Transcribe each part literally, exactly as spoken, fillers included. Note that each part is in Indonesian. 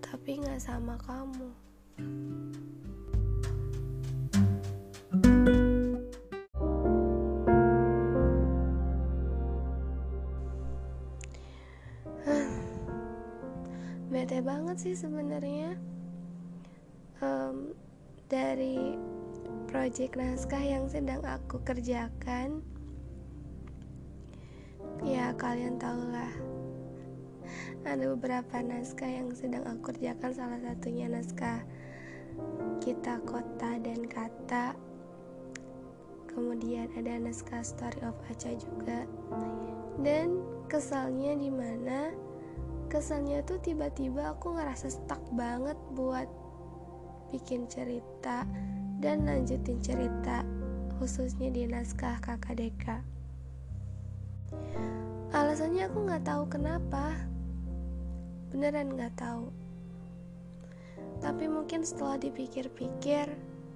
tapi gak sama kamu. Bete banget sih sebenarnya. Um, dari proyek naskah yang sedang aku kerjakan, ya kalian tahulah, ada beberapa naskah yang sedang aku kerjakan. Salah satunya naskah Kita, Kota, dan Kata. Kemudian ada naskah Story of Acha juga. Dan kesalnya di mana kesalnya tuh tiba-tiba aku ngerasa stuck banget buat bikin cerita dan lanjutin cerita, khususnya di naskah Kakak Deka. Alasannya aku nggak tahu kenapa, beneran nggak tahu. Tapi mungkin setelah dipikir-pikir,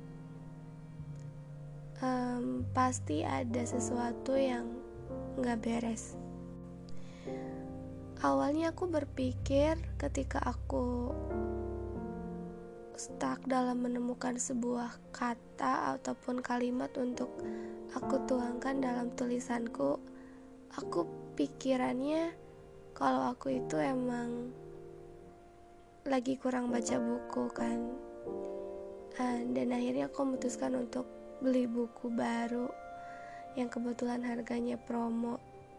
um, pasti ada sesuatu yang nggak beres. Awalnya aku berpikir ketika aku stuck dalam menemukan sebuah kata ataupun kalimat untuk aku tuangkan dalam tulisanku, aku pikirannya kalau aku itu emang lagi kurang baca buku kan. Dan akhirnya aku memutuskan untuk beli buku baru yang kebetulan harganya promo.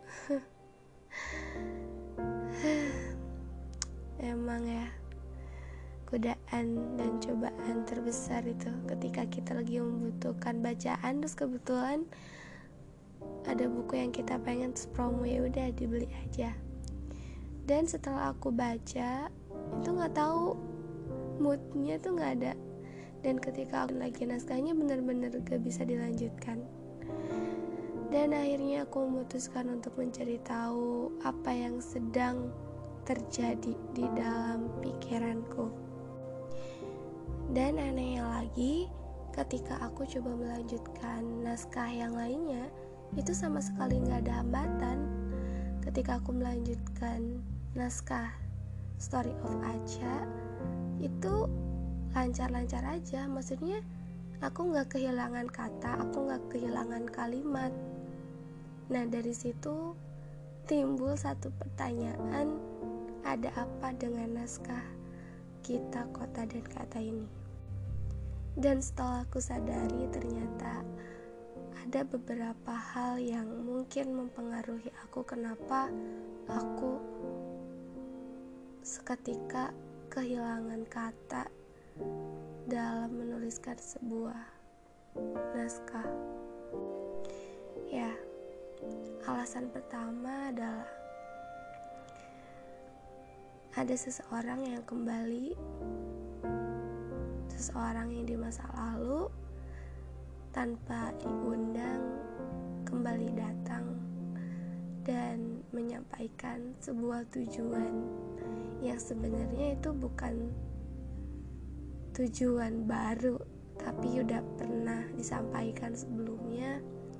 Emang ya, godaan dan cobaan terbesar itu ketika kita lagi membutuhkan bacaan, terus kebetulan ada buku yang kita pengen terus promo, ya udah dibeli aja. Dan setelah aku baca, itu nggak tahu moodnya tuh nggak ada. Dan ketika aku lagi naskahnya benar-benar gak bisa dilanjutkan. Dan akhirnya aku memutuskan untuk mencari tahu apa yang sedang terjadi di dalam pikiranku. Dan anehnya lagi, ketika aku coba melanjutkan naskah yang lainnya, itu sama sekali gak ada hambatan. Ketika aku melanjutkan naskah Story of Acha, itu lancar-lancar aja. Maksudnya aku gak kehilangan kata, aku gak kehilangan kalimat. Nah dari situ timbul satu pertanyaan, ada apa dengan naskah Kita, Kota, dan Kata ini? Dan setelah aku sadari, ternyata ada beberapa hal yang mungkin mempengaruhi aku kenapa aku seketika kehilangan kata dalam menuliskan sebuah naskah. Ya, alasan pertama adalah ada seseorang yang kembali, seseorang yang di masa lalu tanpa diundang kembali datang dan menyampaikan sebuah tujuan yang sebenarnya itu bukan tujuan baru, tapi udah pernah disampaikan sebelumnya,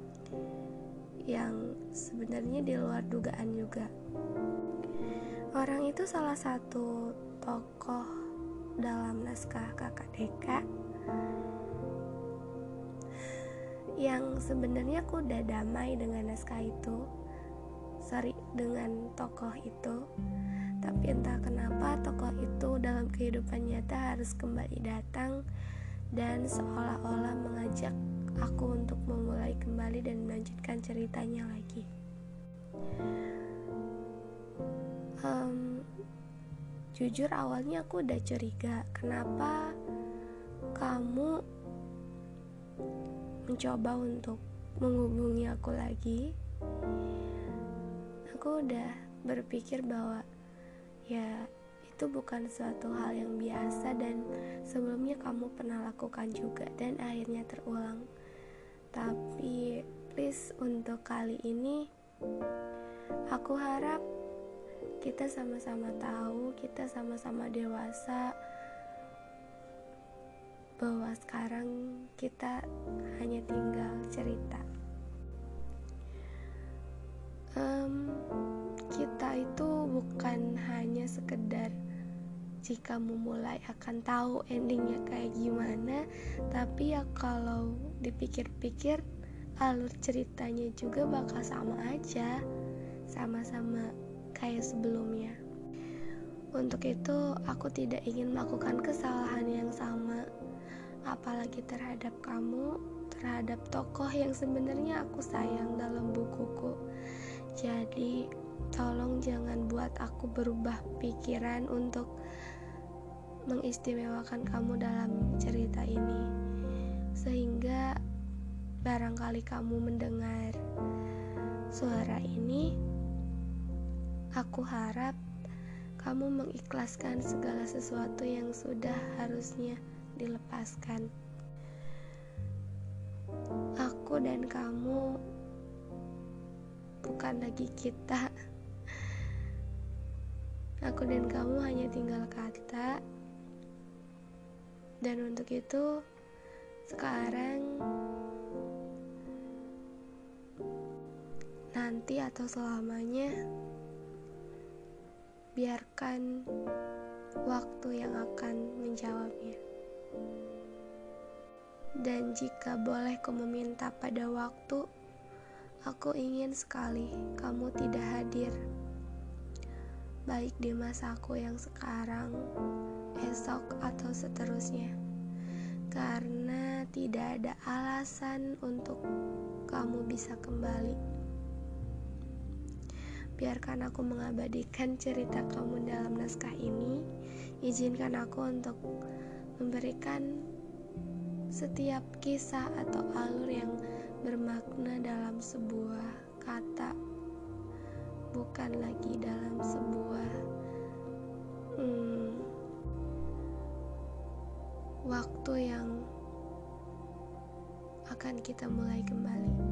yang sebenarnya di luar dugaan juga. Orang itu salah satu tokoh dalam naskah Kakak Deka yang sebenarnya aku udah damai dengan naskah itu, sorry dengan tokoh itu. Tapi entah kenapa tokoh itu dalam kehidupan nyata harus kembali datang dan seolah-olah mengajak aku untuk memulai kembali dan melanjutkan ceritanya lagi. Um, jujur awalnya aku udah curiga, kenapa kamu mencoba untuk menghubungi aku lagi. Aku udah berpikir bahwa ya itu bukan suatu hal yang biasa dan sebelumnya kamu pernah lakukan juga dan akhirnya terulang. Tapi please untuk kali ini aku harap kita sama-sama tahu, kita sama-sama dewasa bahwa sekarang kita hanya tinggal cerita. Um, kita itu bukan hanya sekedar jika memulai akan tahu endingnya kayak gimana. Tapi ya kalau dipikir-pikir, alur ceritanya juga bakal sama aja, sama-sama kayak sebelumnya. Untuk itu aku tidak ingin melakukan kesalahan yang sama, apalagi terhadap kamu, terhadap tokoh yang sebenarnya aku sayang dalam bukuku. Jadi tolong jangan buat aku berubah pikiran untuk mengistimewakan kamu dalam cerita ini, sehingga barangkali kamu mendengar suara ini, aku harap kamu mengikhlaskan segala sesuatu yang sudah harusnya dilepaskan. Aku dan kamu bukan lagi kita. Aku dan kamu hanya tinggal kata. Dan untuk itu, sekarang, nanti atau selamanya, biarkan waktu yang akan menjawabnya. Dan jika boleh ku meminta pada waktu, aku ingin sekali kamu tidak hadir, baik di masaku yang sekarang, esok, atau seterusnya. Karena tidak ada alasan untuk kamu bisa kembali. Biarkan aku mengabadikan cerita kamu dalam naskah ini. Izinkan aku untuk memberikan setiap kisah atau alur yang bermakna dalam sebuah kata, bukan lagi dalam sebuah hmm, waktu yang akan kita mulai kembali.